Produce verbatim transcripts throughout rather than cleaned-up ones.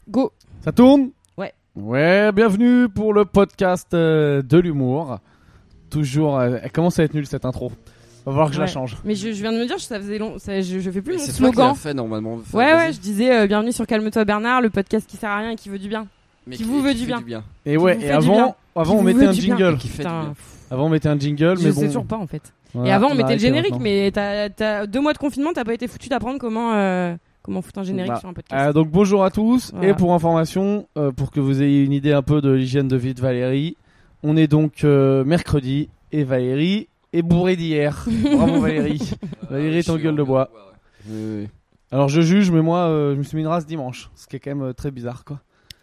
Go. Ça tourne ? Ouais. Ouais, bienvenue pour le podcast euh, de l'humour. Toujours, euh, elle commence à être nulle cette intro. Va falloir que je ouais. la change. Mais je, je viens de me dire, ça faisait long, ça, je, je fais plus mais mon c'est slogan. toi qui l'as fait normalement. Enfin, ouais, vas-y. ouais, je disais euh, bienvenue sur Calme-toi Bernard, le podcast qui sert à rien et qui veut du bien. Mais qui vous veut du fait bien. Et Qui ouais, vous et fait du bien. avant, avant Qui on vous mettait veut un du bien. jingle. Qui fait du Putain, bien. Avant on mettait un jingle, je mais sais bon. toujours pas en fait. Voilà, et avant on, a mettait le arrêté générique, maintenant. mais t'as, t'as deux mois de confinement, t'as pas été foutu d'apprendre comment euh, comment foutre un générique Bah, sur un podcast. Euh, donc bonjour à tous. Voilà. Et pour information, euh, pour que vous ayez une idée un peu de l'hygiène de vie de Valérie, on est donc euh, mercredi et Valérie est bourrée d'hier. Bravo Valérie. Valérie est en gueule de bois. Oui, oui. Alors je juge, mais moi euh, je me suis mis une race dimanche, ce qui est quand même euh, très bizarre quoi.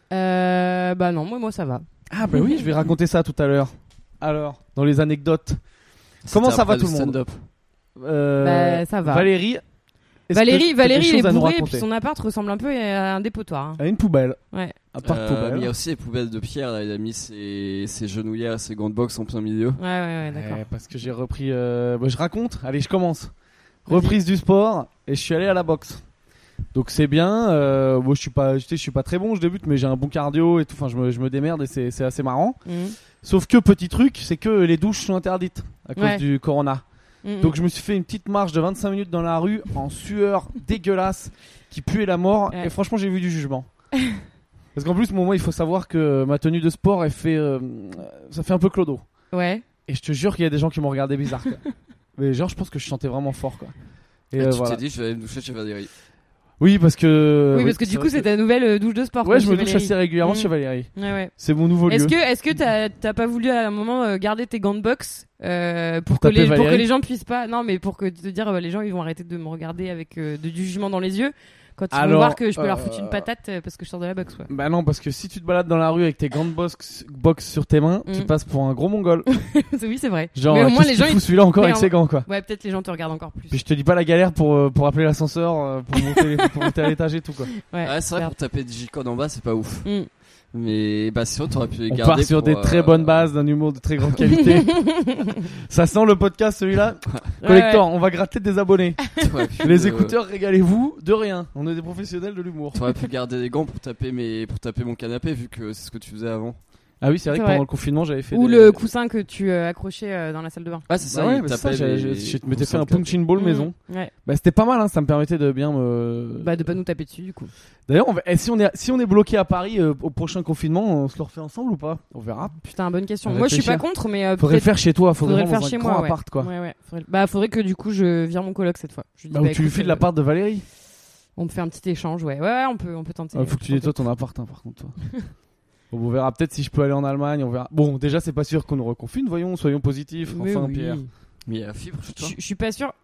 Euh, bah non, moi, moi ça va. Ah bah oui, je vais raconter ça tout à l'heure. Alors, dans les anecdotes. Comment C'était ça va après tout le le monde stand-up. euh, Bah, ça va. Valérie, est-ce Valérie, que t'as Valérie, quelque il est chose à nous bourré et puis raconter son appart ressemble un peu à un dépotoir. hein. À une poubelle. Ouais. À part Euh, poubelle. Il y a aussi les poubelles de pierre. Là, il a mis ses, ses genouillères, ses gants de boxe en plein milieu. Ouais, ouais, ouais, d'accord. Ouais, parce que j'ai repris. Euh... bah, je raconte. Allez, je commence. Vas-y. Reprise du sport et je suis allé à la boxe. Donc c'est bien. Euh... Moi, je suis pas, je sais, je suis pas très bon. Je débute, mais j'ai un bon cardio et tout. Enfin, je me, je me démerde et c'est, c'est assez marrant. Mhm. Sauf que petit truc, c'est que les douches sont interdites à cause Ouais. du corona. Mhm. Donc je me suis fait une petite marche de vingt-cinq minutes dans la rue en sueur dégueulasse qui puait la mort Ouais. et franchement j'ai vu du jugement. Parce qu'en plus moi il faut savoir que ma tenue de sport elle fait euh, ça fait un peu clodo. Ouais. Et je te jure qu'il y a des gens qui m'ont regardé bizarre quoi. Mais genre je pense que je chantais vraiment fort quoi. Et, Et euh, tu voilà. t'es dit, je vais aller me doucher chez Valérie. Oui parce que Oui, parce que c'est du vrai coup, c'est ta nouvelle euh, douche de sport. Ouais quoi, je me chez douche Valérie. assez régulièrement Mhm. chez Valérie. Ouais, ouais. C'est mon nouveau Est-ce lieu. que, est-ce que t'as, t'as pas voulu à un moment euh, garder tes gants de boxe euh, pour, Pour que taper les, pour que Valérie les gens puissent pas. Non, mais pour que te dire, euh, les gens ils vont arrêter de me regarder avec euh, de- du jugement dans les yeux quand ils vont Alors, voir que je peux leur euh, foutre une patate euh, parce que je sors de la boxe. Ouais. Bah non parce que si tu te balades dans la rue avec tes gants de boxe, boxe sur tes mains, tu Mhm. passes pour un gros mongol. oui, c'est vrai. Genre mais au euh, moins qu'est-ce les qu'il gens. fout Ils... celui-là encore Mais avec en- ses gants quoi. Ouais, peut-être les gens te regardent encore plus. Puis je te dis pas la galère pour, euh, pour appeler l'ascenseur, euh, pour, monter, pour monter à l'étage et tout quoi. Ouais, Ouais, c'est vrai, certes. pour taper des J-codes en bas, c'est pas ouf. Mm. Mais bah, sinon, t'aurais pu les On garder. part sur pour, des euh, très bonnes bases, d'un humour de très grande qualité. Ça sent le podcast celui-là. Collector, on va gratter des abonnés. t'aurais pu, Les euh, écouteurs, régalez-vous de rien. On est des professionnels de l'humour. T'aurais pu garder les gants pour taper, mes... pour taper mon canapé, vu que c'est ce que tu faisais avant. Ah oui, c'est vrai C'est que vrai. pendant le confinement, j'avais fait Ou des... le coussin que tu euh, accrochais euh, dans la salle de bain. Ah, c'est Bah ça, ouais, il bah c'est ça, tapait j'ai- les- j'ai- je m'étais fait un coussins de canapé. punching ball Mm. maison. Ouais. Bah c'était pas mal, hein, ça me permettait de bien me... Bah de pas nous taper dessus du coup. D'ailleurs, on va... eh, si, on est... si on est bloqué à Paris euh, au prochain confinement, on se le refait ensemble ou pas? On verra. Putain, bonne question. À Moi, je suis pas réfléchir. contre, mais euh, Faudrait le peut-être- faire chez toi, faudrait, faudrait le vraiment faire dans un chez grand moi. Ouais. appart quoi. Ouais, ouais. Faudrait... Bah, faudrait que du coup je vire mon coloc cette fois. Je lui dis, Bah, bah, ou tu lui écoute, files euh, l'appart de Valérie. On me fait un petit échange, ouais. Ouais, ouais, on peut, on peut tenter. Ah, faut que tu nettoies ton appart, hein, par contre, toi. Bon, on verra peut-être si je peux aller en Allemagne. On verra. Bon, déjà, c'est pas sûr qu'on nous reconfine. Voyons, soyons positifs. Mais Enfin, oui. Pierre. Mais il y a la fibre chez toi. Je je suis pas sûre.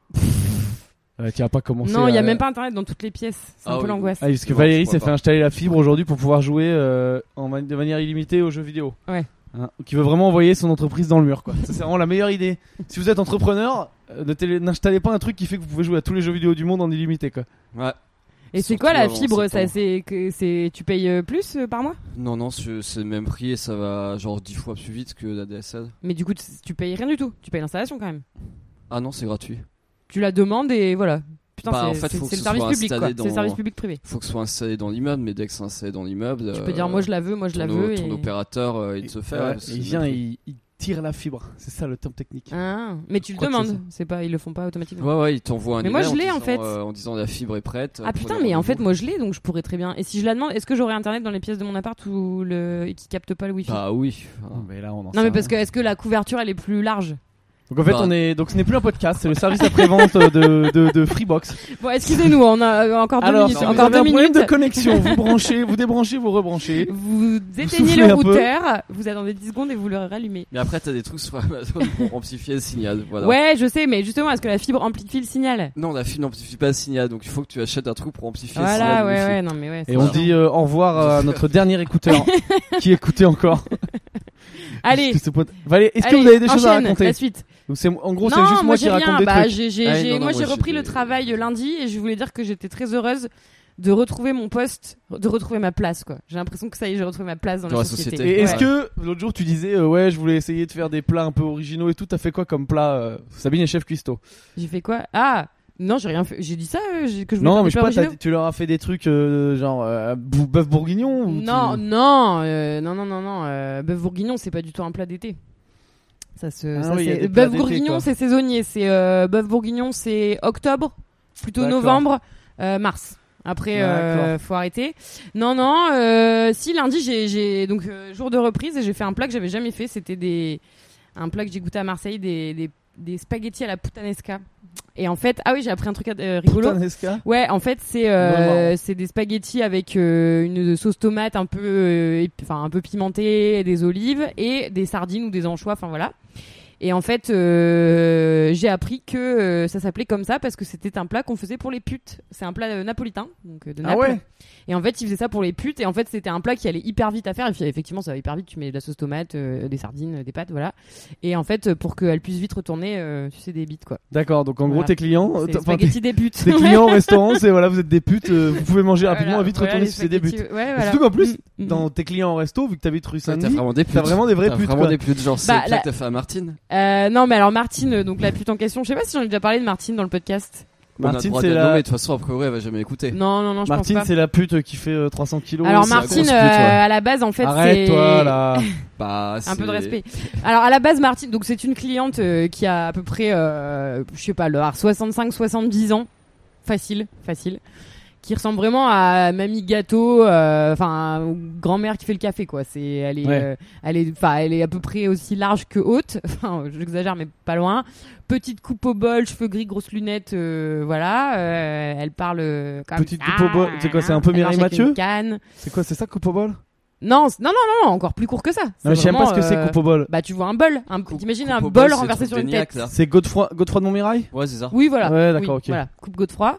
Euh, tu vas pas commencer. Non, il y a à- même pas internet dans toutes les pièces. C'est Ah un peu oui. l'angoisse. Ah, parce que Non, Valérie je crois s'est fait pas. installer la fibre aujourd'hui pour pouvoir jouer euh, en man- de manière illimitée aux jeux vidéo. Ouais. Hein, qui veut vraiment envoyer son entreprise dans le mur, quoi. Ça, c'est vraiment la meilleure idée. Si vous êtes entrepreneur, euh, ne télé- n'installez pas un truc qui fait que vous pouvez jouer à tous les jeux vidéo du monde en illimité, quoi. Ouais. Et c'est Surtout quoi la avant fibre? Ça, septembre. c'est que c'est tu payes euh, plus euh, par mois? Non, non, c'est c'est le même prix et ça va genre dix fois plus vite que la D S L. Mais du coup, tu, tu payes rien du tout. Tu payes l'installation quand même. Ah non, c'est gratuit. Tu la demandes et voilà. Putain, Bah, c'est en fait, c'est- faut que c'est ce le service soit public quoi. installé C'est le dans- service public privé. Faut que ce soit installé dans l'immeuble, mais dès que c'est installé dans l'immeuble, Tu peux dire moi je la veux, moi je la ton, veux. ton et... opérateur, euh, il se fait. Ouais, ouais, et c'est il le vient, même il, il tire la fibre. C'est ça le terme technique. Ah, mais tu le Je crois que c'est demandes. C'est pas, ils le font pas automatiquement. Ouais, ouais, il t'envoie un Mais moi, email je l'ai, en disant, fait. euh, en disant la fibre est prête. Ah putain, mais en fait moi je l'ai donc je pourrais très bien. Et si je la demande, est-ce que j'aurai internet dans les pièces de mon appart ou le et qui capte pas le wifi? Bah oui. Non, mais là, on en Non sait mais parce que rien. est-ce que la couverture elle est plus large? Donc en fait, Bah. on est. Donc ce n'est plus un podcast, c'est le service après-vente de, de, de Freebox. Bon, excusez-nous, on a euh, encore deux Alors, minutes. si vous Encore avez deux un problème minutes. de connexion, vous branchez, vous débranchez, vous rebranchez. Vous éteignez soufflez le un peu. routeur, vous attendez dix secondes et vous le rallumez. Mais après, t'as des trucs sur Amazon pour amplifier le signal. Voilà. Ouais, je sais, mais justement, est-ce que la fibre amplifie le signal? Non, la fibre n'amplifie pas le signal, donc il faut que tu achètes un truc pour amplifier le Voilà, signal. ouais, Wi-Fi. ouais, non mais ouais. c'est Et on chiant. dit euh, au revoir à notre dernier écouteur qui écoutait encore. Allez, Jusqu'à ce point- Valérie, est-ce que allez, vous avez des choses à enchaîne, raconter? La suite. Ou c'est en gros, c'est Non, juste moi qui j'ai raconte rien. des Bah, trucs. j'ai, j'ai, Ah, j'ai- non, non, moi, moi, j'ai j'ai repris des- le travail lundi et je voulais dire que j'étais très heureuse de retrouver mon poste, de retrouver ma place, quoi. J'ai l'impression que ça y est, j'ai retrouvé ma place dans, Dans la la société. société. Et est-ce Ouais. que l'autre jour tu disais euh, ouais, je voulais essayer de faire des plats un peu originaux et tout, t'as fait quoi comme plat euh, Sabine est chef cuistot. J'ai fait quoi? Ah! Non, j'ai rien fait. J'ai dit ça, euh, j'ai- que je voulais Non, faire mais des je sais pas, plats t'as- originaux. tu leur as fait des trucs euh, genre euh, bou- bœuf bourguignon ou Non, tu- non, euh, non, non, non, non. Euh, bœuf bourguignon, c'est pas du tout un plat d'été. Ça se. Ah ça, oui, il y a c'est- des plats bœuf d'été, bourguignon, quoi. c'est saisonnier. C'est euh, bœuf bourguignon, c'est octobre, plutôt D'accord. novembre, euh, mars. Après, euh, D'accord. faut arrêter. Non, non. Euh, si lundi, j'ai, j'ai donc euh, jour de reprise et j'ai fait un plat que j'avais jamais fait. C'était des un plat que j'ai goûté à Marseille, des des, des spaghettis à la puttanesca. Et en fait, ah oui, j'ai appris un truc euh, rigolo. Puttanesca. Ouais, en fait, c'est Non, euh, marrant. c'est des spaghettis avec euh, une sauce tomate un peu euh, ép- enfin un peu pimentée, des olives et des sardines ou des anchois, enfin voilà. Et en fait, euh, j'ai appris que euh, ça s'appelait comme ça parce que c'était un plat qu'on faisait pour les putes. C'est un plat euh, napolitain, donc euh, de Ah Naples. ouais. Et en fait, ils faisaient ça pour les putes. Et en fait, c'était un plat qui allait hyper vite à faire. Et puis, effectivement, ça va hyper vite. Tu mets de la sauce tomate, euh, des sardines, des pâtes, voilà. Et en fait, pour qu'elle puisse vite retourner, euh, tu sais, des bites, quoi. D'accord, donc en gros Voilà. tes clients, C'est euh, les t'as- enfin, tes, spaghettis des putes. tes clients au restaurant, c'est voilà, vous êtes des putes, euh, vous pouvez manger rapidement Voilà, et vite voilà, retourner les si c'est des putes. spaghettis, ouais, Et voilà. surtout qu'en plus, Mm, mm. dans tes clients au resto, vu que t'habites rue Ouais, T'as Saint-Denis, vraiment des putes. t'as vraiment des vraies T'as putes, vraiment quoi. des putes, genre c'est Bah, le plat la- que t'as fait à Martine. Euh, non, mais alors Martine, donc la pute en question, je sais pas si j'en ai déjà parlé de Martine dans le podcast. On a le Martine, droit c'est de la la... nommer, de toute façon, après, ouais, elle va jamais écouter. Non, non, non, je Martine, pense pas. c'est la pute qui fait euh, trois cents kilos. Alors c'est la Martine, grosse pute, euh, ouais. à la base, en fait, c'est Arrête-toi là. Bah, un c'est- peu de respect. Alors à la base, Martine, donc c'est une cliente euh, qui a à peu près, euh, je sais pas, alors soixante-cinq soixante-dix ans, facile, facile, qui ressemble vraiment à Mamie Gâteau, euh, enfin grand-mère qui fait le café, quoi. C'est, elle est, Ouais. euh, elle est, enfin, elle est à peu près aussi large que haute. Enfin, j'exagère, mais pas loin. Petite coupe au bol, cheveux gris, grosses lunettes, euh, voilà. Euh, elle parle euh, comme Petite ça, coupe au bol, c'est quoi, c'est un peu elle marche Mireille avec Mathieu une canne. C'est quoi, c'est ça coupe au bol? Non, c- non, non, non, non, encore plus court que ça. Non, mais je sais même pas ce que c'est coupe au bol. Bah, tu vois un bol, un, Coupe- t'imagines coupe un au bol bol, c'est renversé le sur truc une des tête. niaques, là. C'est Godefroy, Godefroy de Montmirail? Ouais, c'est ça. Oui, voilà. Ouais, d'accord, Oui, ok. Voilà, coupe Godefroy.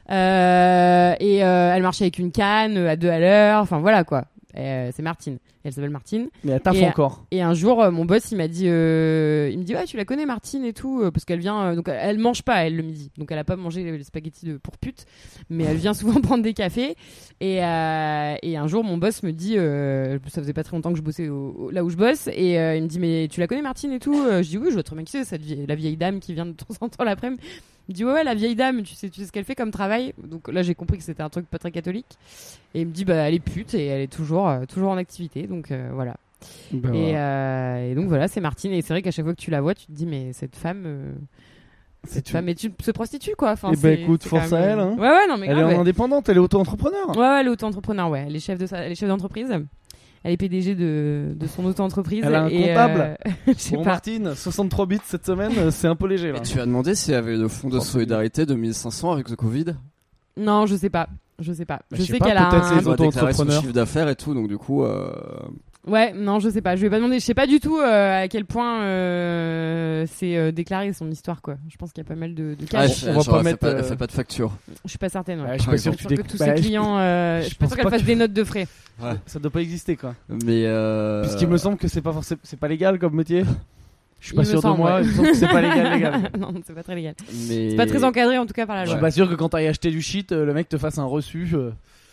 Euh, et euh, elle marchait avec une canne euh, à deux à l'heure. Enfin voilà quoi. Euh, c'est Martine. Elle s'appelle Martine. Mais elle taffe Et- encore. Et un jour, euh, mon boss, il m'a dit, euh, il me dit, ouais, tu la connais Martine et tout, euh, parce qu'elle vient, euh, donc elle mange pas elle le midi, donc elle a pas mangé les spaghettis de, pour pute, mais elle vient souvent prendre des cafés. Et, euh, et un jour, mon boss me dit, euh, ça faisait pas très longtemps que je bossais au, au- là où je bosse, et euh, il me dit, mais tu la connais Martine et tout? Euh, Je dis oui, je vois très bien qui c'est, cette vieille, la vieille dame qui vient de temps en temps l'après-midi. Il me dit ouais, ouais, la vieille dame, tu sais, tu sais ce qu'elle fait comme travail? Donc là, j'ai compris que c'était un truc pas très catholique. Et il me dit bah elle est pute et elle est toujours, euh, toujours en activité, donc euh, voilà. Ben Et, voilà. euh, et donc voilà, c'est Martine. Et c'est vrai qu'à chaque fois que tu la vois, tu te dis, mais cette femme, euh, cette une- femme est une- se prostitue quoi. Enfin, Eh ben, c'est- écoute, c'est quand force même, à elle, euh, hein. Ouais, ouais, non, mais Elle est grave, en ouais. indépendante, elle est auto-entrepreneur. Ouais, ouais, elle est auto-entrepreneur, ouais. Elle est chef de sa, elle est chef d'entreprise. Elle est P D G de, de son auto-entreprise. Elle a un et, comptable. euh, je sais Bon, pas. Martine, soixante-trois bits cette semaine, euh, c'est un peu léger là. Et tu as demandé s'il y avait le fonds de Forcément. solidarité de mille cinq cents avec le Covid. Non, je sais pas. Je sais pas. Bah, je je sais sais pas, qu'elle a peut-être un. c'est- Ils ont déclaré son auto-entrepreneurs. chiffre d'affaires et tout, donc du coup, euh, Ouais, non, je sais pas. Je vais pas demander. Je sais pas du tout euh, à quel point euh, c'est euh, déclaré son histoire, quoi. Je pense qu'il y a pas mal de, de cas. ah, on je- va genre, pas elle fait mettre, pas, elle euh, fait pas de facture. Je suis pas certaine. Ouais. Ouais, je suis Par pas sûr Je que suis tu sûre que tous déc- ses bah, je- clients, euh, je je suis pas pense sûre qu'elle pas fasse que- des notes de frais. Ouais. Ça doit pas exister quoi. Mais euh... Puisqu'il me semble que c'est pas forcément, c'est pas légal comme métier. Je suis Il pas me sûr de semble, moi, ouais. il me semble que c'est pas légal, légal. Non, c'est pas très légal. mais C'est pas très encadré en tout cas par la Je loi. suis pas sûr que quand t'ailles acheter du shit, euh, le mec te fasse un reçu, euh,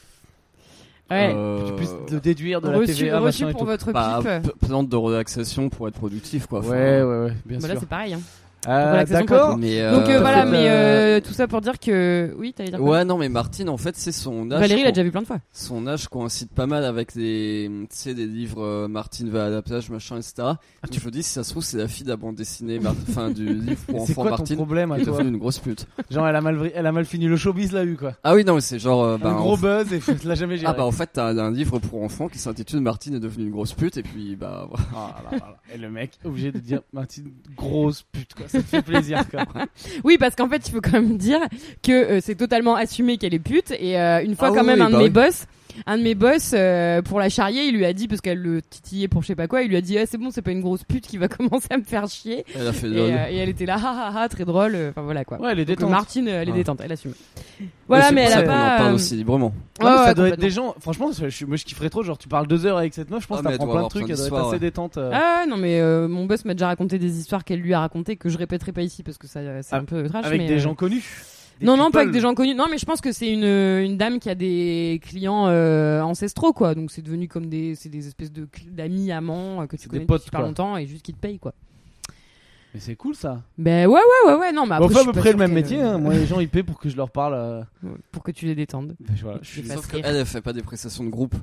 Ouais. Euh, que tu puisses le déduire de la Reçu, T V A, reçu machin et pour tout. votre bah, pipe. p- plante de relaxation pour être productif, quoi. Enfin, Ouais, ouais, ouais, bien Bah là sûr. c'est pareil. Hein. Ah, relaxation d'accord. Mais Donc euh, euh, voilà, peut-être, mais euh, euh, tout ça pour dire que oui, t'allais dire quoi? Ouais, non, mais Martine, en fait, c'est son âge. Valérie l'a co- déjà vu plein de fois. Son âge coïncide pas mal avec des, tu sais, des livres euh, Martine va à la plage, machin, et cetera. Ah, Tu me dis, si ça se trouve, c'est la fille de la bande dessinée, Mar- enfin, du livre pour C'est enfants quoi ton Martine. problème à Elle est toi? devenue une grosse pute. Genre elle a mal, vri- elle a mal fini le showbiz l'a eu quoi. Ah oui, non, mais c'est genre, euh, bah, Un gros en- buzz et elle l'a jamais géré. ah bah en fait t'as un livre pour enfants qui s'intitule Martine est devenue une grosse pute et puis bah voilà. Ah là là là. Et le mec obligé de dire Martine grosse pute quoi, ça te fait plaisir quoi. Oui, parce qu'en fait, il faut quand même dire que euh, c'est totalement assumé qu'elle est pute. Et euh, une fois, Ah quand oui, même, oui, un bah de mes oui. boss, un de mes boss, euh, pour la charrier, il lui a dit, parce qu'elle le titillait pour je sais pas quoi, il lui a dit, ah, c'est bon, c'est pas une grosse pute qui va commencer à me faire chier. Elle a fait Et, lol. euh, et elle était là, ha ha ha, très drôle. euh, Enfin voilà quoi. Ouais, elle est Donc, détente. Martine, euh, elle est Ah. détente, elle assume. Voilà, c'est mais pour elle ça a qu'on pas. en parle euh, aussi librement. Ouais, ouais, mais ça ouais, doit être complètement. des gens. Franchement, je, je- moi je kifferais trop. Genre, tu parles deux heures avec cette meuf, je pense Ah, que mais elle t'apprends doit plein de avoir trucs. plein Elle doit être d'histoires, assez ouais. détente. euh. Ah ouais, non mais euh, mon boss m'a déjà raconté des histoires qu'elle lui a racontées que je répéterai pas ici parce que ça c'est Ah, un peu trash. Avec mais, des euh, gens connus. Des Non, non, pas people. avec des gens connus. Non, mais je pense que c'est une, une dame qui a des clients euh, ancestraux, quoi. Donc c'est devenu comme des, c'est des espèces de cl- d'amis, amants euh, que tu C'est connais des potes, depuis super quoi. longtemps et juste qui te payent, quoi. Mais c'est cool ça. Ben ouais, ouais, ouais, ouais. Non, mais après, Bon, on je fait à suis peu pas près le sûre même qu'elle, métier. euh, Hein. Moi, les gens ils paient pour que je leur parle. Euh... Pour que tu les détendes. Ben, voilà, je suis. fasse Sauf rire. qu'elle, elle fait pas des prestations de groupe.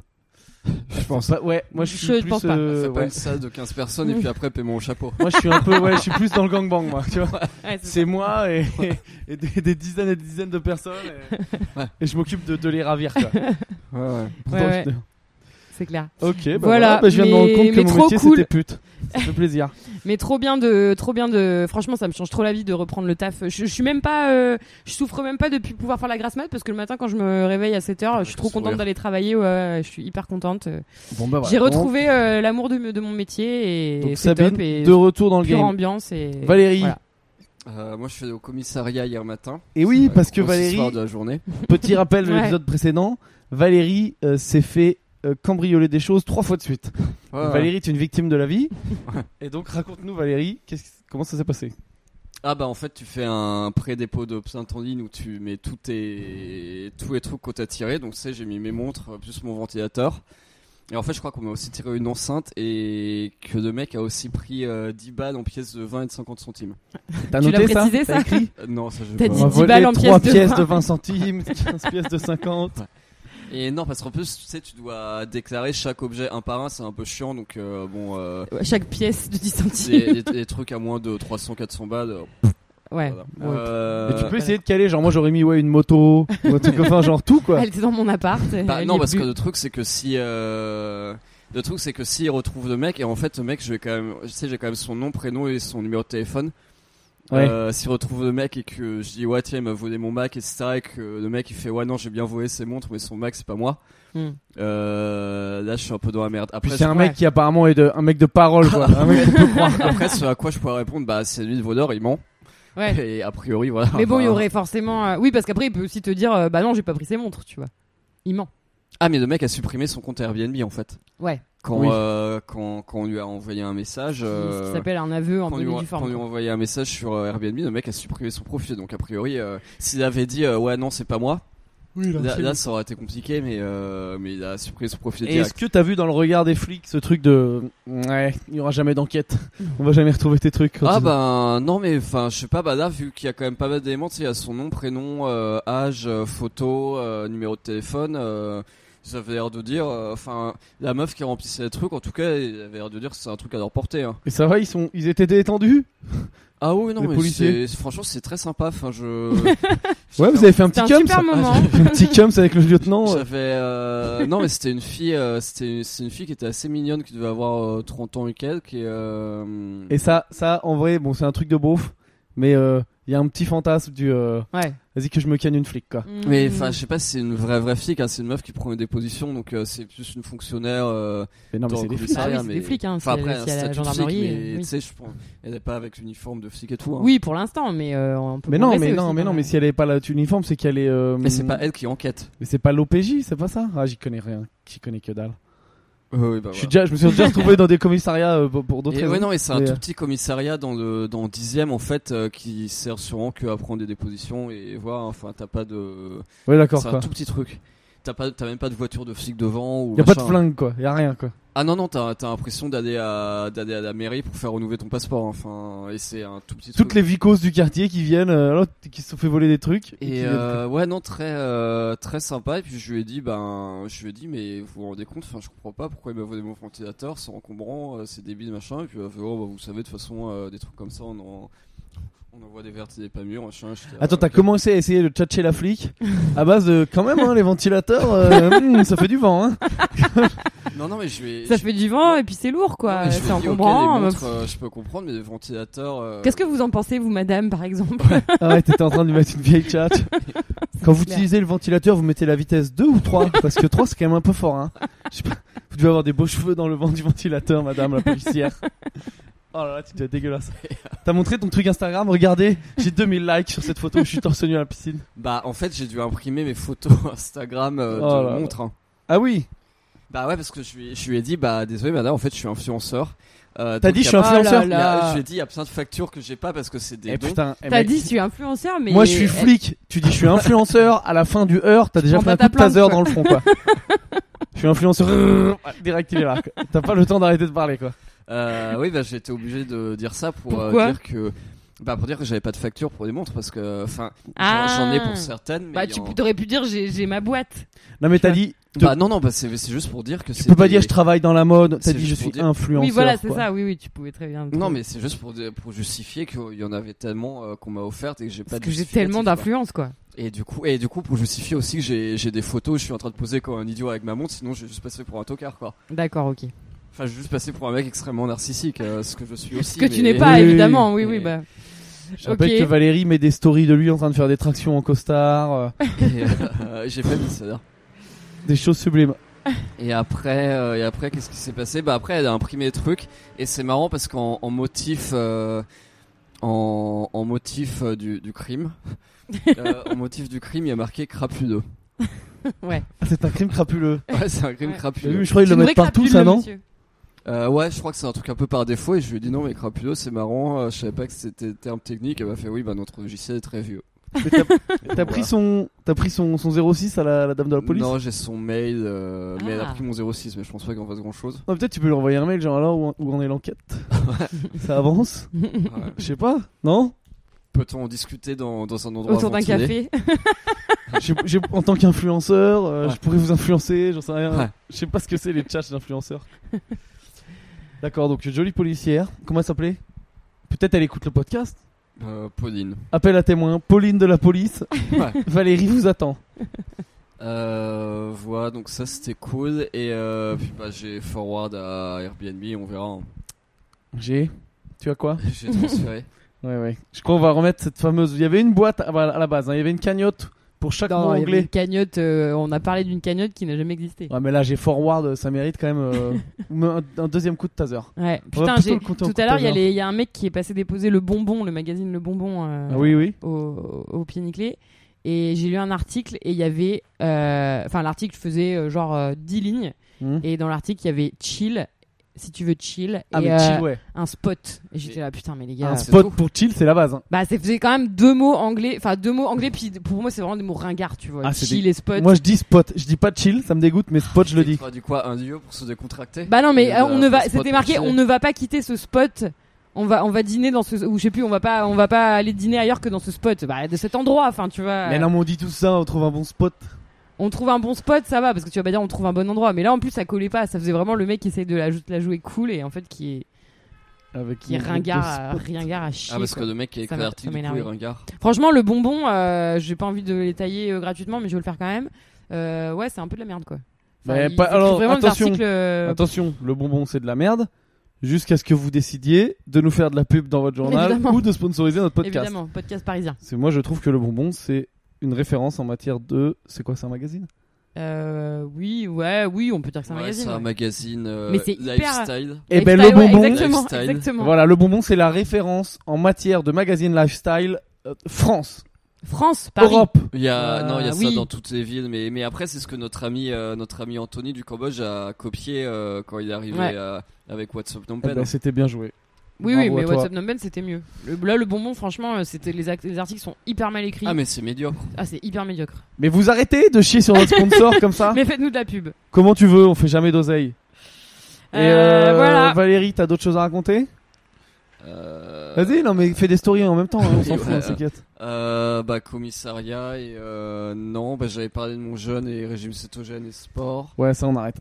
Je pense pas. Ouais, moi je suis Je plus. pense pas. Elle euh, fait pas ouais. une salle de quinze personnes et puis après, paie-moi au chapeau. Moi je suis un peu. Ouais, je suis plus dans le gangbang moi. Tu vois. Ouais, c'est C'est moi et, et des, des dizaines et des dizaines de personnes. Et, Ouais. et je m'occupe de, de les ravir quoi. Ouais, ouais. Ouais, Donc, ouais. C'est clair. Ok, bah Voilà, voilà. Bah, je viens de me rendre mais- compte que mais mon trop métier cool. c'était pute. Ça fait plaisir. Mais trop bien de, trop bien de. Franchement, ça me change trop la vie de reprendre le taf. Je, je suis même pas, euh, je souffre même pas depuis pouvoir faire la grasse mat parce que le matin quand je me réveille à sept heures, je suis le trop contente sourire. d'aller travailler. Ouais, je suis hyper contente. Bon bah voilà. J'ai retrouvé euh, l'amour de, de mon métier et Donc c'est Sabine, top et de retour dans le pure game. ambiance et. Valérie. Voilà. Euh, moi, je suis allé au commissariat hier matin. Et oui, Ouais, parce que grosse Valérie, histoire de la journée. petit rappel de Ouais. l'épisode précédent, Valérie euh, s'est fait euh, cambrioler des choses trois fois de suite. Ouais, ouais. Valérie est une victime de la vie. Ouais. Et donc raconte-nous Valérie, qu'est-ce- comment ça s'est passé? Ah bah en fait tu fais un pré-dépôt de plainte en ligne où tu mets tous tes tous les trucs qu'on t'a tirés. Donc tu sais, j'ai mis mes montres plus mon ventilateur. Et en fait je crois qu'on m'a aussi tiré une enceinte et que le mec a aussi pris euh, dix balles en pièces de vingt et de cinquante centimes. T'as Tu noté l'as précisé, ça? ça T'as écrit? Euh, non ça je T'as pas. dit On va dix voler balles en trois pièces de pièces vingt. de vingt centimes, quinze pièces de cinquante. Et non parce qu'en plus tu sais tu dois déclarer chaque objet un par un, c'est un peu chiant donc euh, bon euh, Ouais, chaque pièce de dix centimes. des, des- des trucs à moins de trois cents quatre cents balles. euh, Ouais. voilà. Ouais. Euh, Mais tu peux essayer de caler, genre moi j'aurais mis ouais une moto, ou un truc enfin genre tout quoi. Elle était dans mon appart. Bah, elle y non est parce plus. que le truc c'est que si euh, le truc c'est que s'il retrouve le mec et en fait le mec je vais quand même je sais j'ai quand même son nom prénom et son numéro de téléphone. Ouais. Euh, s'il retrouve le mec et que je dis ouais tiens il m'a volé mon Mac etc et que le mec il fait ouais non j'ai bien volé ses montres mais son Mac c'est pas moi. Hmm. Euh, là je suis un peu dans la merde. Après Puis c'est je- un ouais. mec qui apparemment est de, un mec de parole quoi, un mec qu'on peut croire. après ce à quoi je pourrais répondre bah c'est lui le voleur il ment. Ouais. Et a priori voilà. Mais bon, il y Enfin, aurait forcément. euh, Oui, parce qu'après, il peut aussi te dire, euh, bah non, j'ai pas pris ses montres, tu vois. Il ment. Ah mais le mec a supprimé son compte Airbnb en fait. Ouais. Quand Oui. euh, quand quand on lui a envoyé un message. Ce qui- euh, Ce qui s'appelle un aveu en Quand on, bonne lui, et due quand on lui a forme. envoyé un message sur euh, Airbnb, le mec a supprimé son profil. Donc a priori, euh, s'il avait dit euh, ouais non c'est pas moi, Oui, là, là, ça aurait été compliqué, mais euh, mais il a supprimé son profil Et est-ce direct. que t'as vu dans le regard des flics ce truc de ouais, il y aura jamais d'enquête, on va jamais retrouver tes trucs. Ah ben non mais enfin je sais pas bah là vu qu'il y a quand même pas mal d'éléments, tu sais il y a son nom, prénom, euh, âge, euh, photo, euh, numéro de téléphone. Euh, ça avait l'air de dire, enfin la meuf qui remplissait les trucs, en tout cas, elle avait l'air de dire que c'est un truc à leur porter. Hein. Et ça va, ils sont, ils étaient détendus. Ah oui non Les mais policiers. c'est- franchement c'est très sympa. Enfin je. Ouais, vous avez fait un petit C'était un cum, super ça. moment. un petit cum avec le lieutenant. euh. J'avais euh... non mais c'était une fille euh, c'était c'est une fille qui était assez mignonne qui devait avoir euh, trente ans et quelques et euh... Et ça, ça, en vrai, bon, c'est un truc de beauf, mais il euh, y a un petit fantasme du. Euh, Ouais. Vas-y que je me canne une flic, quoi. mais Mm. enfin je sais pas si c'est une vraie vraie flic hein, c'est une meuf qui prend une déposition donc euh, c'est plus une fonctionnaire euh, Mais non, mais dans c'est le des flics. Ah oui, commissariat, c'est mais des flics, hein, enfin si elle- après si un elle est à la statut de flic, gendarmerie, mais euh, oui. tu sais je pense elle est pas avec l'uniforme de flic et tout hein. Oui, pour l'instant, mais euh, on peut Mais non, progresser mais non, aussi, mais quand non, mais même. si elle est pas là, uniforme, c'est qu'elle est. Euh, mais c'est pas elle qui enquête. Mais c'est pas l'O P J, c'est pas ça. Ah, j'y connais rien. J'y connais que dalle. Euh, oui, bah, Je suis voilà. déjà, je me suis déjà retrouvé dans des commissariats euh, pour pour d'autres Et raisons. ouais non mais c'est un Mais, tout euh, petit commissariat dans le dans le dixième en fait euh, qui sert sûrement que à prendre des dépositions et voir enfin t'as pas de Ouais, d'accord, c'est quoi. un tout petit truc. T'as pas, t'as même pas de voiture de flic devant ou. Y a pas de machin. flingue, quoi. Y a rien, quoi. Ah non non, t'as, t'as l'impression d'aller à, d'aller à la mairie pour faire renouveler ton passeport. Enfin, et c'est un tout petit Toutes truc. les vicos du quartier qui viennent, euh, là, qui se sont fait voler des trucs. qui Et viennent, euh, ouais non très euh, très sympa. Et puis je lui ai dit ben, je lui ai dit mais vous vous rendez compte, enfin je comprends pas pourquoi il m'a volé mon ventilateur, c'est encombrant, euh, c'est débile machin. Et puis il m'a fait oh bah, vous savez de toute façon euh, des trucs comme ça on en on envoie des vertes et des pas mûrs machin. J'étais, Attends, ah, t'as ok. commencé à essayer de tchatcher la flic à base de quand même hein, les ventilateurs, euh, hmm, ça fait du vent. Hein. Non non mais je lui ai. Ça je- fait du vent non, et puis c'est lourd, non, quoi. mais je C'est lui ai dit, ok, encombrant. les euh, montres, euh, je peux comprendre mais les ventilateurs. euh, Qu'est-ce que vous en pensez, vous, madame, par exemple? Ah ouais, t'étais en train de lui mettre une vieille chat. Quand vous clair. utilisez le ventilateur, vous mettez la vitesse deux ou trois parce que trois c'est quand même un peu fort. Hein. Je sais pas, vous devez avoir des beaux cheveux dans le vent du ventilateur, madame la policière. Oh là là, tu dois être dégueulasse. T'as montré ton truc Instagram, regardez, j'ai deux mille likes sur cette photo, je suis torse nu à la piscine. Bah en fait j'ai dû imprimer mes photos Instagram euh, Oh de là là. montres. Hein. Ah oui, Bah ouais parce que je lui, je lui ai dit bah désolé madame en fait je suis influenceur. Euh, t'as donc, dit y je a suis pas- influenceur. Oh il y là a- là. Je lui ai dit il y a plein de factures que j'ai pas parce que c'est des Eh dons. putain, eh T'as mec, dit, je suis influenceur, mais. moi je suis flic, tu dis je suis influenceur, à la fin du heure, t'as déjà prends fait un pas coup ta de taser plainte, dans le front quoi. Je suis influenceur, direct il est là. T'as pas le temps d'arrêter de parler quoi. Euh, oui, bah, j'ai été obligé de dire ça pour euh, Pourquoi dire que. Bah, pour dire que j'avais pas de facture pour des montres parce que. Enfin, Ah. j'en, j'en ai pour certaines. Mais Bah, il y tu en- aurais pu dire j'ai, j'ai ma boîte. Non, mais Tu t'as vois. dit. te- Bah, non, non, bah, c'est, c'est juste pour dire que Tu c'est. peux pas des- dire je travaille dans la mode. T'as C'est dit je juste suis pour dire- influenceur. Oui, voilà, c'est quoi. ça. Oui, oui, tu pouvais très bien. Non, mais c'est juste pour, dire- pour justifier qu'il y en avait tellement euh, qu'on m'a offert et que j'ai pas Parce de que j'ai justificatif, tellement quoi. d'influence, quoi. Et du coup, et du coup, pour justifier aussi que j'ai, j'ai des photos, je suis en train de poser comme un idiot avec ma montre, sinon j'ai juste passé pour un tocard, quoi. D'accord, ok. Enfin, j'ai juste passé pour un mec extrêmement narcissique, euh, ce que je suis aussi. Ce que tu mais- n'es pas, Oui, évidemment. Oui, mais- oui, bah. Je rappelle Ok. que Valérie met des stories de lui en train de faire des tractions en costard, euh, Et, euh, j'ai pas mis ça. d'ailleurs. des choses sublimes. Et après, euh, et après, qu'est-ce qui s'est passé? Bah après, elle a imprimé des trucs, et c'est marrant parce qu'en en motif, euh, en, en motif euh, du, du crime, euh, en motif du crime, il y a marqué crapuleux. Ouais. Ah, c'est un crime crapuleux. Ouais, c'est un crime Ouais. T'as crapuleux. vu, je crois qu'ils C'est le une mettent vraie partout, crapule, ça, le non monsieur. Euh, ouais, je crois que c'est un truc un peu par défaut, et je lui ai dit non, mais crapuleux, c'est marrant. euh, je savais pas que c'était terme technique. Elle m'a fait oui, bah notre logiciel est très vieux. Mais T'as t'as pris son, t'as pris son, son zéro six à la, la dame de la police. Non, j'ai son mail, euh, mais elle a Ah. pris mon zéro six, mais je pense pas qu'on fasse grand chose. Non, peut-être tu peux lui envoyer un mail, genre alors où, où en est l'enquête. Ça avance. Je sais pas. Non. Peut-on en discuter dans, dans un endroit Autour d'un ventilé? café. J'ai- j'ai- en tant qu'influenceur, euh, Ouais. je pourrais vous influencer. J'en sais rien. Ouais. Je sais pas ce que c'est les chats d'influenceurs. D'accord. Donc jolie policière. Comment elle s'appelait? Peut-être elle écoute le podcast. Euh, Pauline. Appel à témoin. Pauline de la police. Ouais. Valérie vous attend. Euh, voilà, donc ça c'était cool. Et euh, puis bah, j'ai forward à Airbnb, on verra. hein. J'ai. Tu as quoi? J'ai transféré. Ouais, ouais. Je crois qu'on va remettre cette fameuse. Il y avait une boîte à à la base. hein. Il y avait une cagnotte pour chaque Non, mot il y avait anglais. une cagnotte. euh, on a parlé d'une cagnotte qui n'a jamais existé. Ouais, mais là j'ai forward. Ça mérite quand même euh, un, un deuxième coup de taser. Ouais. On va Putain, plutôt j'ai... le compter en tout à l'heure, il y, a coup de les- il y a un mec qui est passé déposer le bonbon, le magazine Le Bonbon, euh, Ah oui, oui. au, au pied nickelé. Et j'ai lu un article et il y avait. euh, Enfin, l'article faisait euh, genre euh, dix lignes. Hmm. Et dans l'article, il y avait chill, si tu veux chill. Ah, et mais euh, chill, ouais. un spot. Et j'étais là, putain, mais les gars. Un c'est spot tout. pour chill, c'est la base. Hein. Bah, ça faisait quand même deux mots anglais. Enfin, deux mots anglais, puis pour moi, c'est vraiment des mots ringards, tu vois. Ah, c'est chill des- et spot. Moi je dis spot. Je dis pas chill, ça me dégoûte, mais spot je le dis. Du quoi, un lieu pour se décontracter? Bah non, mais Et euh, on bah, ne va. faut spot C'était pour marqué, chiller. on ne va pas quitter ce spot. On va, on va dîner dans ce, ou je sais plus, on va pas, on va pas aller dîner ailleurs que dans ce spot. Bah, de cet endroit, enfin, tu vois. Mais non, mais on dit tout ça, on trouve un bon spot. On trouve un bon spot, ça va, parce que tu vas pas dire on trouve un bon endroit. Mais là, en plus, ça collait pas. Ça faisait vraiment le mec qui essaye de la, la jouer cool et en fait qui est, Avec qui est une ringard, groupe de à, spots. ringard à chier. Ah, parce que quoi. le mec qui a Ça écrit m'a- l'article, ça du coup, m'énerve. est ringard. Franchement, le bonbon, euh, j'ai pas envie de les tailler euh, gratuitement, mais je vais le faire quand même. Euh, ouais, c'est un peu de la merde, quoi. Mais il pas- écrit alors, vraiment des attention. articles, euh, Attention, le bonbon c'est de la merde. Jusqu'à ce que vous décidiez de nous faire de la pub dans votre journal Évidemment. ou de sponsoriser notre podcast. évidemment, podcast parisien. C'est moi je trouve que le bonbon c'est une référence en matière de. C'est quoi, c'est un magazine? Euh, oui, ouais, oui, on peut dire que c'est un Ouais, magazine. c'est un ouais. magazine euh, Mais c'est hyper- lifestyle. Eh ben Lifestyle, le ouais, bonbon. exactement, Lifestyle. exactement. Voilà, le bonbon c'est la référence en matière de magazine lifestyle euh, France, France, Paris. Europe. Il y a, Euh, non, il y a oui. ça dans toutes les villes, mais, mais après, c'est ce que notre ami, euh, notre ami Anthony du Cambodge a copié euh, quand il est arrivé Ouais. euh, avec What's Up Phnom Eh Penh. ben, c'était bien joué. Oui, Bravo oui, mais à toi. WhatsApp Number c'était mieux. Le, là, le bonbon, franchement, euh, c'était les, act- les articles sont hyper mal écrits. Ah, mais c'est médiocre. Ah, c'est hyper médiocre. Mais vous arrêtez de chier sur notre sponsor comme ça. Mais faites-nous de la pub. Comment tu veux, on fait jamais d'oseille. Et Euh, euh, voilà. Valérie, t'as d'autres choses à raconter? Euh, Vas-y, non mais fais des stories en même temps, hein, on s'en Ouais, fout, ouais. on s'inquiète. Euh, bah, commissariat et euh, non, bah, j'avais parlé de mon jeûne et régime cétogène et sport. Ouais, ça on arrête.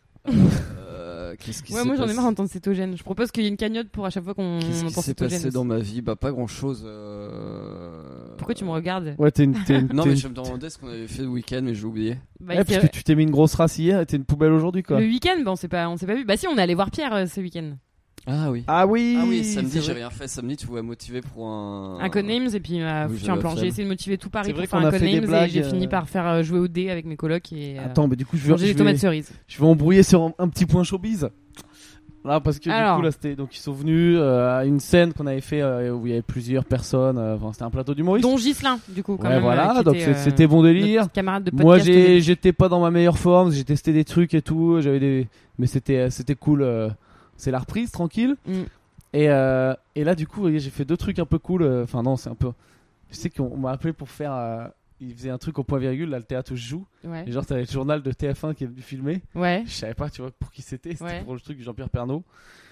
Euh, qu'est-ce qui Ouais, s'est moi j'en ai passé- marre d'entendre cétogène. Je propose qu'il y ait une cagnotte pour à chaque fois qu'on Qu'est-ce qui entend s'est cétogène. passé dans ma vie? Bah, pas grand chose. Euh... Pourquoi tu me regardes? Ouais, t'es une. T'es une- Non, t'es mais une- je me demandais ce qu'on avait fait le week-end, mais j'ai oublié. Bah, Ouais, il parce s'est- que tu t'es mis une grosse race hier et t'es une poubelle aujourd'hui quoi. Le week-end, bah, on s'est pas, on s'est pas vu. Bah si, on est allé voir Pierre euh, ce week-end. Ah oui. Ah oui. Ah oui, samedi, c'est j'ai vrai. rien fait. Samedi, tu m'as motivé pour un. Un Codenames et puis euh, Oui, foutu j'avais un la plan. J'ai flemme. essayé de motiver tout Paris C'est pour vrai faire qu'on un a fait des Codenames et blagues, j'ai euh, fini par faire euh, jouer au dé avec mes colocs et euh, Attends, mais du coup je vais, manger je des tomates vais, cerises. je vais embrouiller sur un, un petit point showbiz. Là, parce que Alors. du coup là c'était donc ils sont venus euh, à une scène qu'on avait fait euh, où il y avait plusieurs personnes. euh, Enfin, c'était un plateau d'humoristes. Dont Ghislain, du coup. Quand Ouais, même, voilà, euh, qui donc était, c'est- euh, c'était bon délire. notre camarade de Moi podcast. j'ai j'étais pas dans ma meilleure forme, j'ai testé des trucs et tout, j'avais des mais c'était c'était cool, euh, c'est la reprise tranquille. Mm. Et euh, et là du coup, vous voyez, j'ai fait deux trucs un peu cool, euh, enfin non, c'est un peu je sais qu'on on m'a appelé pour faire euh, il faisait un truc au point virgule, là le théâtre où je joue. Ouais. Et genre t'avais le journal de T F un qui est venu filmer. Ouais. Je savais pas, tu vois, pour qui c'était, c'était Ouais. pour le truc de Jean-Pierre Pernaut.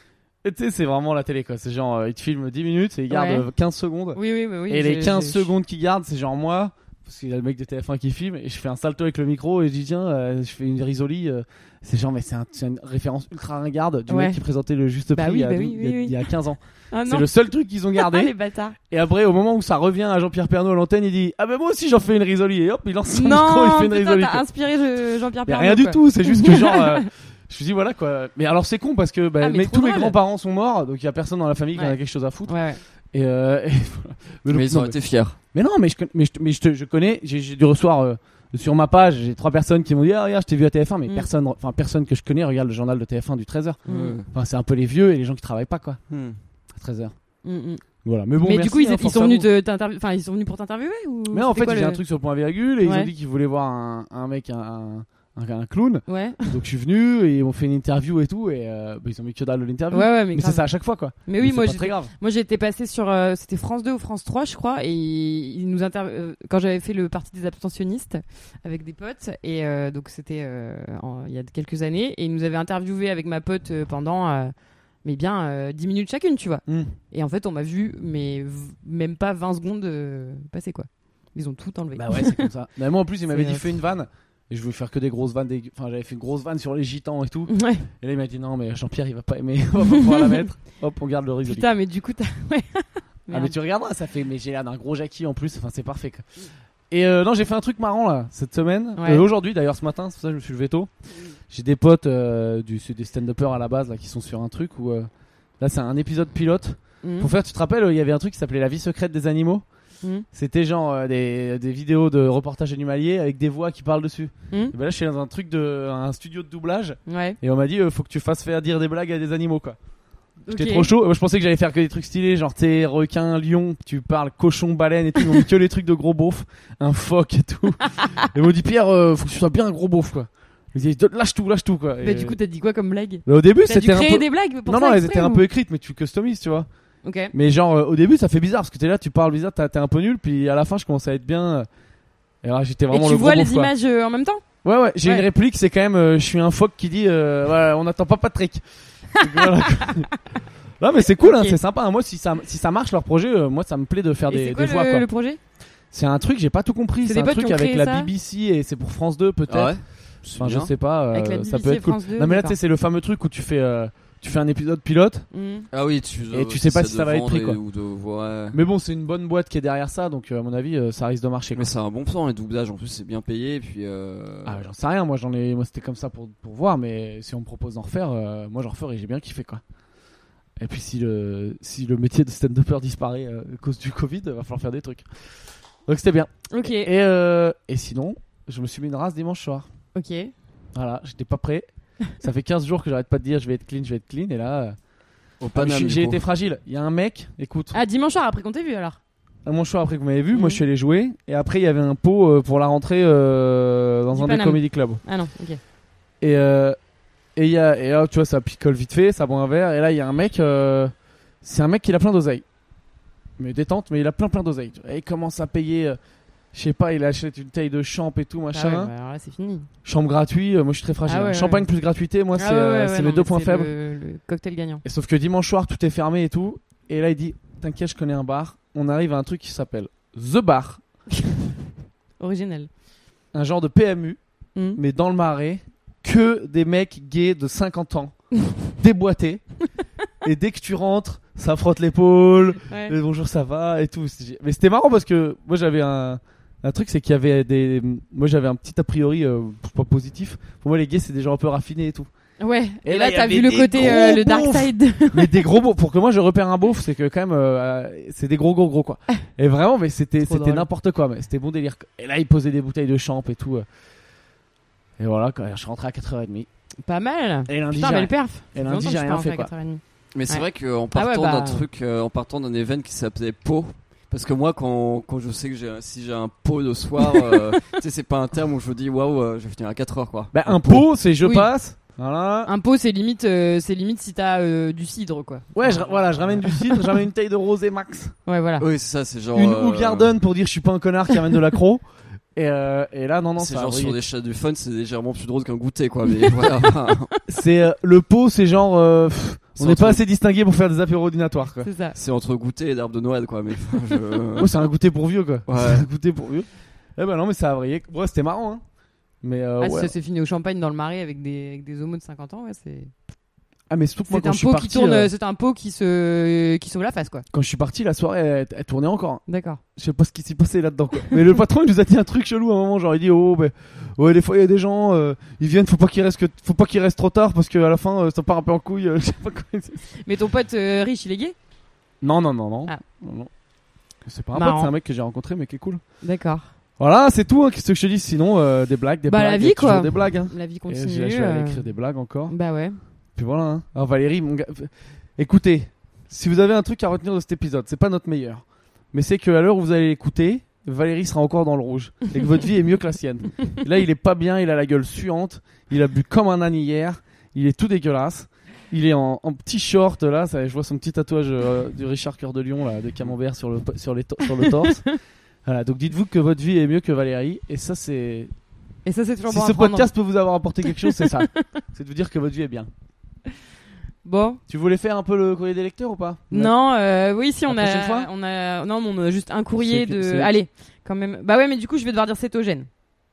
Et tu sais, c'est vraiment la télé quoi. C'est genre, euh, ils te filment dix minutes et ils gardent Ouais. euh, quinze secondes. Oui, oui, bah oui. et les j'ai- quinze j'ai- secondes qu'ils gardent, c'est genre moi. Parce qu'il y a le mec de T F un qui filme et je fais un salto avec le micro et je dis tiens, euh, je fais une risoli. euh, c'est genre, mais c'est, un, c'est une référence ultra ringarde du Ouais. mec qui présentait le juste Bah prix oui, il, y a, bah dou- oui, il y a- oui, oui. il y a quinze ans. Ah C'est non. le seul truc qu'ils ont Ah, gardé. les bâtards. Et après, au moment où ça revient à Jean-Pierre Pernaut à l'antenne, il dit ah ben moi aussi j'en fais une risoli. Et hop, il lance son micro, il Non, fait une putain, risoli. t'as quoi. inspiré je- Jean-Pierre Mais Pernaut. rien du quoi. tout, c'est juste que genre. euh, Je me dis voilà quoi. Mais alors c'est con parce que bah, Ah, mais mais trop tous mes drôle. grands-parents sont morts, donc il y a personne dans la famille qui en a Ouais. quelque chose à foutre. Ouais, ouais. Et, euh, et voilà. Mais donc, Mais ils non, ont mais- été fiers. Mais non, mais je, con- mais je, mais je, te- je connais, j'ai, j'ai dû recevoir euh, sur ma page, j'ai trois personnes qui m'ont dit ah regarde, je t'ai vu à T F un, mais Mm. personne, enfin personne que je connais regarde le journal de T F un du treize heures. Mm. Enfin c'est un peu les vieux et les gens qui travaillent pas quoi, Hmm. à treize heures. Mm, mm. Voilà, mais bon. Mais merci, du coup, ils, hein, ils force sont à venus vous. te, t'interviewer, enfin, ils sont venus pour t'interviewer ou Mais en c'était fait, quoi, j'ai le- un truc sur point virgule et ils Ouais. ont dit qu'ils voulaient voir un, un mec, un, un, un, un clown. Ouais. Donc je suis venu et ils m'ont fait une interview et tout et euh, bah, ils ont mis que dalle de l'interview. Ouais, ouais, mais, mais grave. c'est ça à chaque fois quoi. Mais oui, c'est moi, pas j'étais, très grave. moi, j'étais passée sur, euh, c'était France deux ou France trois, je crois, et ils nous inter... euh, quand j'avais fait le parti des abstentionnistes avec des potes, et euh, donc c'était euh, en- il y a quelques années, et ils nous avaient interviewé avec ma pote euh, pendant, euh, mais bien euh, dix minutes chacune, tu vois. Mm. Et en fait, on m'a vu, mais v- même pas vingt secondes euh, passer, quoi. Ils ont tout enlevé. Bah ouais, c'est comme ça. Mais moi en plus, il m'avait C'est, dit euh, fais une vanne. Et je voulais faire que des grosses vannes. Des... Enfin, j'avais fait une grosse vanne sur les gitans et tout. Ouais. Et là, il m'a dit non, mais Jean-Pierre, il va pas aimer. On va pas pouvoir la mettre. Hop, on garde le risoli. Putain, mais du coup, t'as. Ouais. Ah, Merde. mais tu regarderas, ça fait. Mais j'ai l'air d'un gros Jackie en plus. Enfin, c'est parfait. Quoi. Et euh, non, j'ai fait un truc marrant là, cette semaine. Ouais. Euh, aujourd'hui, d'ailleurs, ce matin, c'est pour ça que je me suis levé tôt. J'ai des potes euh, du, c'est des stand-uppers à la base là, qui sont sur un truc où. Euh, là, c'est un épisode pilote. Mhm. Pour faire, tu te rappelles, il y avait un truc qui s'appelait La vie secrète des animaux. Mhm. C'était genre euh, des, des vidéos de reportages animaliers avec des voix qui parlent dessus. Mhm. Et ben là, je suis dans un truc de. Un studio de doublage. Ouais. Et on m'a dit, euh, faut que tu fasses faire dire des blagues à des animaux quoi. J'étais Ok. trop chaud. Moi, je pensais que j'allais faire que des trucs stylés, genre t'es requin, lion, tu parles cochon, baleine et tout. Ils m'ont mis que les trucs de gros beauf, un phoque et tout. Et ils m'ont dit Pierre, euh, faut que tu sois bien un gros beauf quoi. Je me dis lâche tout, lâche tout quoi. Bah, Et- du coup, t'as dit quoi comme blague? Mais au début, T'as dû c'était un créer peu. des blagues pour Non, ça non, elles exprès, étaient un ou- peu écrites, mais tu customises, tu vois. Ok. Mais genre, euh, au début, ça fait bizarre parce que t'es là, tu parles bizarre, t'as- t'es un peu nul, puis à la fin, je commençais à être bien. euh, Et alors, j'étais Et vraiment tu le gros vois les beauf, quoi. images euh, en même temps? Ouais, ouais, j'ai Ouais. une réplique, c'est quand même, euh, je suis un phoque qui dit, euh, ouais, on n'attend pas Patrick. Donc, voilà, quoi. Non, mais c'est cool, hein, Ok. c'est sympa. Moi, si ça, si ça marche leur projet, euh, moi, ça me plaît de faire Et des, c'est quoi des voix, le, quoi. le projet? C'est un truc, j'ai pas tout compris. C'est C'est des un potes truc qui ont avec créé la ça B B C et c'est pour France deux, peut-être. Ah ouais. Enfin, je sais pas, euh, Avec la B B C ça peut être et cool. France deux, Non, mais là, tu sais, d'accord. c'est le fameux truc où tu fais, euh, tu fais un épisode pilote. Mhm. Ah oui, tu. Et tu sais pas si ça va être pris, quoi. Ou de, ouais. Mais bon, c'est une bonne boîte qui est derrière ça, donc euh, à mon avis, euh, ça risque de marcher. Mais Quoi. c'est un bon plan, les doublages en plus, c'est bien payé. Et puis. Euh... Ah, j'en sais rien, moi j'en ai, moi c'était comme ça pour, pour voir, mais si on me propose d'en refaire, euh, moi j'en referai, j'ai bien kiffé quoi. Et puis si le, si le métier de stand-upper disparaît euh, à cause du Covid, va falloir faire des trucs. Donc c'était bien. Ok. Et, euh, et sinon, je me suis mis une race dimanche soir. Ok. Voilà, j'étais pas prêt. Ça fait quinze jours que j'arrête pas de dire je vais être clean, je vais être clean, et là, euh, Au ah, mais Paname, je suis- du j'ai coup. été fragile. Il y a un mec, écoute, Ah, dimanche soir après qu'on t'ait vu alors. à mon choix après que vous m'avez vu, moi Mhm. je suis allé jouer, et après il y avait un pot euh, pour la rentrée euh, dans Du un des Paname. comedy clubs. Ah non, ok. Et euh, et il y a et là tu vois ça picole vite fait, ça boit un verre et là il y a un mec euh, c'est un mec qui a plein d'oseille. Mais détente, mais il a plein plein d'oseille. Et il commence à payer euh, je sais pas, il achète une taille de champ et tout Ah machin. ouais, bah alors là, c'est fini. Chambre gratuite, euh, moi je suis très fragile. Ah ouais, hein. ouais. Champagne plus gratuité, moi c'est Ah ouais, euh, ouais, c'est ouais, mes non, deux mais points c'est faibles. Le, le cocktail gagnant. Et sauf que dimanche soir tout est fermé et tout. Et là il dit t'inquiète, je connais un bar. On arrive à un truc qui s'appelle The Bar, Original. un genre de P M U, Mhm. mais dans le Marais, que des mecs gays de cinquante ans, déboîtés. Et dès que tu rentres, ça frotte l'épaule. Ouais. Et bonjour, ça va et tout. C'était- Mais c'était marrant parce que moi j'avais un, un truc, c'est qu'il y avait des. Moi j'avais un petit a priori euh, pas positif. Pour moi, les gays, c'est des gens un peu raffinés et tout. Ouais. Et Et, là, là, il y t'as avait vu le des côté, gros euh, le dark beaufs. side. Mais des gros beaufs. Pour que moi je repère un beauf, c'est que quand même, euh, c'est des gros gros gros quoi. Et vraiment, mais c'était Trop c'était drôle. n'importe quoi. Mais c'était bon délire. Et là, ils posaient des bouteilles de champ et tout. euh. Et voilà, quand je suis rentré à quatre heures trente. Pas mal. Et lundi, Putain, j'ai belle perf. et Ça fait lundi, longtemps j'ai que je rien pars fait, à quoi. quatre heures trente. Mais c'est Ouais. vrai qu'en Ah ouais, partant bah- d'un truc, euh, en partant d'un event qui s'appelait Pau, parce que moi, quand, quand je sais que j'ai, si j'ai un pot le soir, euh, tu sais, c'est pas un terme où je me dis waouh, euh, je vais finir à quatre heures quoi. Bah, un pot, c'est je Oui. passe. Voilà. Un pot, c'est limite, euh, c'est limite si t'as euh, du cidre, quoi. Ouais, je, Enfin, voilà, je ramène du cidre, je ramène une taille de rosé max. Ouais, voilà. Oui, c'est ça, c'est genre. Une euh, ou Garden pour dire je suis pas un connard qui ramène de l'accro. Et, euh, et là, non, non, C'est ça a genre brillé. sur des chats du fun, c'est légèrement plus drôle qu'un goûter quoi. Mais voilà. C'est euh, le pot, c'est genre euh, pff, On n'est pas assez distingué pour faire des apéros dînatoires, quoi. C'est ça. C'est entre goûter et d'arbre de Noël, quoi. Mais enfin, je... Ouais, c'est un goûter pour vieux, quoi. Ouais. C'est un goûter pour vieux. Eh ben non, mais ça a vrillé. Ouais, c'était marrant, hein. Mais euh, Ah, ouais. ça s'est fini au champagne dans le marais avec des, avec des homos de cinquante ans, ouais, c'est. Ah, mais surtout que moi, C'est quand un je suis pot parti, qui tourne, euh, c'est un pot qui se, qui sauve la face, quoi. quand je suis parti, la soirée, elle, elle tournait encore. Hein. D'accord. Je sais pas ce qui s'est passé là-dedans, quoi. Mais le patron, il nous a dit un truc chelou à un moment. Genre, il dit, oh, ben, ouais, des fois, il y a des gens, euh, ils viennent, faut pas qu'ils restent que, faut pas qu'ils restent trop tard parce qu'à la fin, euh, ça part un peu en couille. euh, je sais pas quoi. Mais ton pote euh, riche, il est gay? Non, non, non, non. Ah. non, non. C'est pas un Marrant. pote, c'est un mec que j'ai rencontré, mais qui est cool. D'accord. Voilà, c'est tout, hein, qu'est-ce que je te dis. Sinon, euh, des blagues, des Bah, blagues. la il y a vie, toujours quoi. Des blagues, hein. La vie Et continue. je, je vais aller euh, écrire des blagues encore. Bah ouais. Puis voilà. Hein. Alors Valérie, mon gars, écoutez, si vous avez un truc à retenir de cet épisode, c'est pas notre meilleur, mais c'est que à l'heure où vous allez l'écouter, Valérie sera encore dans le rouge et que votre vie est mieux que la sienne. Et là, il est pas bien, il a la gueule suante, il a bu comme un âne hier, il est tout dégueulasse. Il est en, en petit short là, ça, je vois son petit tatouage euh, du Richard Cœur de Lion là, de camembert sur le sur, les to- sur le torse. Voilà, donc dites-vous que votre vie est mieux que Valérie et ça c'est. Et ça, c'est toujours Si bon à ce prendre. podcast peut vous avoir apporté quelque chose, c'est ça. C'est de vous dire que votre vie est bien. Bon. Tu voulais faire un peu le courrier des lecteurs ou pas? Non, euh, oui, si on La a, prochaine fois on a, non, mais on a juste un courrier C'est- de. c'est- Allez, quand même. Bah ouais, mais du coup, je vais devoir dire cétogène.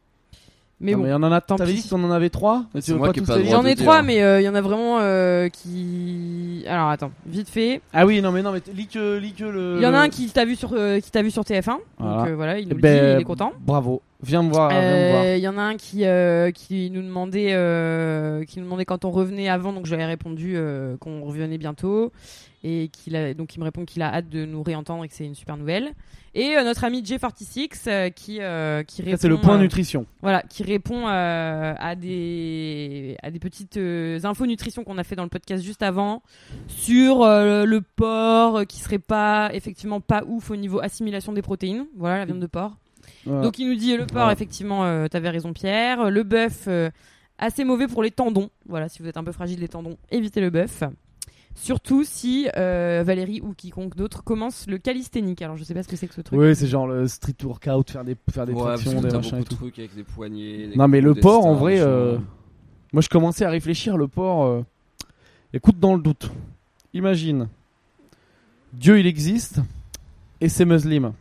Mais Non, bon. mais on en a. tant T'avais pis. dit qu'on en avait trois. Mais C'est tu veux moi pas qui ai tous pas les le lire droit J'en de ai dire. trois, mais euh, il y en a vraiment euh, qui. Alors attends, vite fait. Ah oui, non mais non mais t- lis que lis que le. Il y en a un qui t'a vu sur, euh, qui t'a vu sur T F un. Voilà. Donc euh, voilà, il nous le Ben, dit, il est content. Bravo. Viens me voir. Viens me Euh, voir. Il y en a un qui, euh, qui nous demandait, euh, qui nous demandait quand on revenait avant, donc j'avais répondu euh, qu'on revenait bientôt, et qu'il a, donc il me répond qu'il a hâte de nous réentendre et que c'est une super nouvelle. Et euh, notre ami J quarante-six euh, qui euh, qui répond. Ça, c'est le point euh, nutrition. Voilà, qui répond euh, à des à des petites euh, infos nutrition qu'on a fait dans le podcast juste avant sur euh, le porc euh, qui serait pas effectivement pas ouf au niveau assimilation des protéines. Voilà, la viande de porc. Voilà. Donc il nous dit le porc, Voilà. effectivement, euh, t'avais raison Pierre. Le bœuf, euh, assez mauvais pour les tendons. Voilà, si vous êtes un peu fragile des tendons, évitez le bœuf. Surtout si euh, Valérie ou quiconque d'autre commence le calisthénique. Alors je sais pas ce que c'est que ce truc. Oui, c'est genre le street workout, faire des faire des Ouais, parce tractions, que des t'as machins beaucoup et de tout. trucs avec des poignets. des Non mais le coudes, des porc en stars, vrai, machin. euh, moi je commençais à réfléchir. Le porc, euh, écoute dans le doute. Imagine, Dieu il existe et c'est musulman.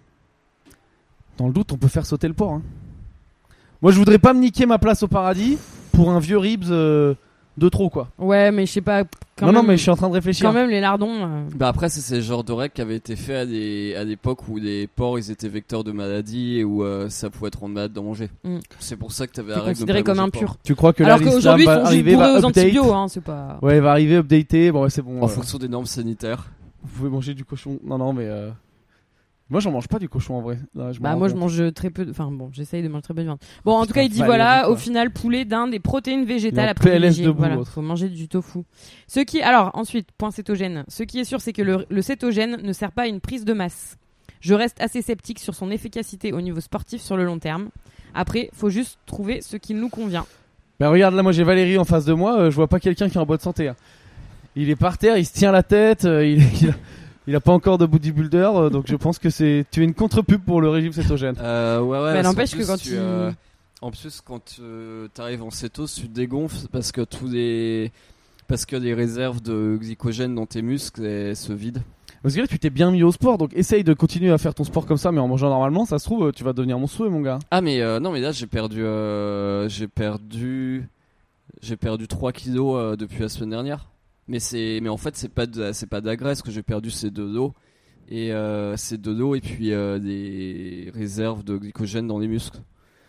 Dans le doute, on peut faire sauter le porc. Hein. Moi je voudrais pas me niquer ma place au paradis pour un vieux ribs euh, de trop quoi. Ouais, mais je sais pas. Quand non même, non mais je suis en train de réfléchir. Quand même les lardons. euh, Bah après c'est ce genre de règles qui avaient été fait à des à l'époque où les porcs ils étaient vecteurs de maladies et où euh, ça pouvait te rendre malade d'en manger. Mm. C'est pour ça que t'avais C'est la règle de considéré pas comme manger impur. porc. Tu crois que Alors là l'islam qu'aujourd'hui ils va sont juste arriver, bourrés va aux update antibiotiques, hein, c'est pas. Ouais, il va arriver updaté. Bon ouais, c'est bon. En euh, fonction des normes sanitaires. Vous pouvez manger du cochon. Non non mais euh, moi j'en mange pas du cochon en vrai. Là, je me Bah rends moi je compte. mange très peu de... Enfin bon, j'essaye de manger très peu de viande. Bon en tout Putain, cas il dit Valérie, voilà, quoi. au final poulet, dinde et protéines végétales Il est en à P L S privilégier. debout, Voilà, l'autre. faut manger du tofu. Ce qui... Alors ensuite, point cétogène. Ce qui est sûr c'est que le, le cétogène ne sert pas à une prise de masse. Je reste assez sceptique sur son efficacité au niveau sportif sur le long terme. Après, faut juste trouver ce qui nous convient. Bah regarde là, moi j'ai Valérie en face de moi. euh, je vois pas quelqu'un qui est en bonne santé. Hein. Il est par terre, il se tient la tête. euh, il, il, a, il a pas encore de bodybuilder, euh, donc je pense que c'est tu es une contre-pub pour le régime cétogène. Euh, ouais ouais. Mais parce n'empêche qu'en que plus, quand tu, il- euh, en plus quand euh, t'arrives en cétose tu te dégonfles parce que tous les parce que les réserves de glycogène dans tes muscles elles se vident. Parce que là tu t'es bien mis au sport, donc essaye de continuer à faire ton sport comme ça, mais en mangeant normalement. Ça se trouve, euh, tu vas devenir monstrueux, mon gars. Ah mais euh, non mais là j'ai perdu euh, j'ai perdu j'ai perdu trois kilos euh, depuis la semaine dernière. Mais c'est mais en fait c'est pas de c'est pas de la graisse que j'ai perdu, c'est de l'eau et euh, c'est de l'eau et puis euh, des réserves de glycogène dans les muscles.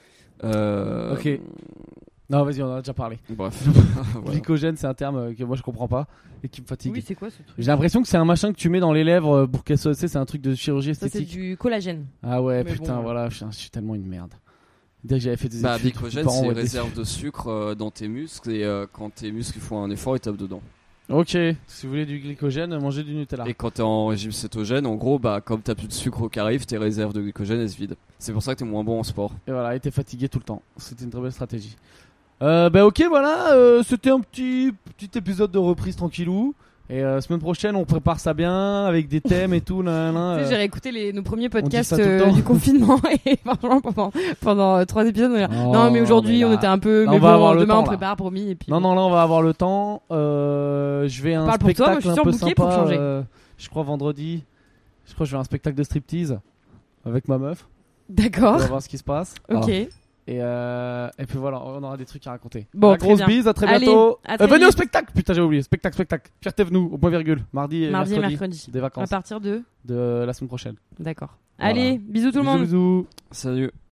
Euh, Ok. Non, vas-y, on en a déjà parlé. Bref. Voilà. Glycogène, c'est un terme euh, que moi je comprends pas et qui me fatigue. Oui, c'est quoi ce truc? J'ai l'impression que c'est un machin que tu mets dans les lèvres euh, pour qu'elles soient. Tu sais, c'est un truc de chirurgie Ça c'est esthétique. du collagène. Ah ouais, Mais putain, bon, voilà, je suis, je suis tellement une merde. Dès que j'avais fait des Bah, études, glycogène, mes parents c'est vont les être déçus. réserves de sucre euh, dans tes muscles et euh, quand tes muscles font un effort, ils tapent dedans. Ok, si vous voulez du glycogène, mangez du Nutella. Et quand t'es en régime cétogène, en gros, bah, comme t'as plus de sucre qui arrive, tes réserves de glycogène elles se vident. C'est pour ça que t'es moins bon en sport. Et voilà, et t'es fatigué tout le temps. C'était une très belle stratégie. Euh, bah ok, voilà, euh, c'était un petit, petit épisode de reprise tranquillou. Et euh, semaine prochaine, on prépare ça bien avec des thèmes et tout. Nan, nan, nan, Tu sais, euh. j'ai réécouté les, nos premiers dit ça podcasts tout le euh, temps. du confinement et franchement pendant, pendant euh, trois épisodes on est là, Oh, non mais aujourd'hui mais là- on était un peu là, mais on va avoir bon le demain temps, on là. prépare promis et puis Non, bon. non, là, on va avoir le temps. Euh, je vais à un Parle pour toi, moi, spectacle je suis un peu surbooké sympa. pour changer. euh, je crois vendredi. Je crois que je vais à un spectacle de striptease avec ma meuf. On D'accord, va voir ce qui se passe. ok. Et, euh, et puis voilà, on aura des trucs à raconter. Bon, La très grosse bien. bise, à très Allez, bientôt. à Euh, très venez vite. au spectacle. Putain, j'ai oublié. Spectacle, spectacle. Fierté-nous au point virgule. Mardi et Mardi et mercredi. mercredi. Des À vacances partir de de la semaine prochaine. D'accord. Voilà. Allez, bisous tout le monde. Bisous, bisous. Salut.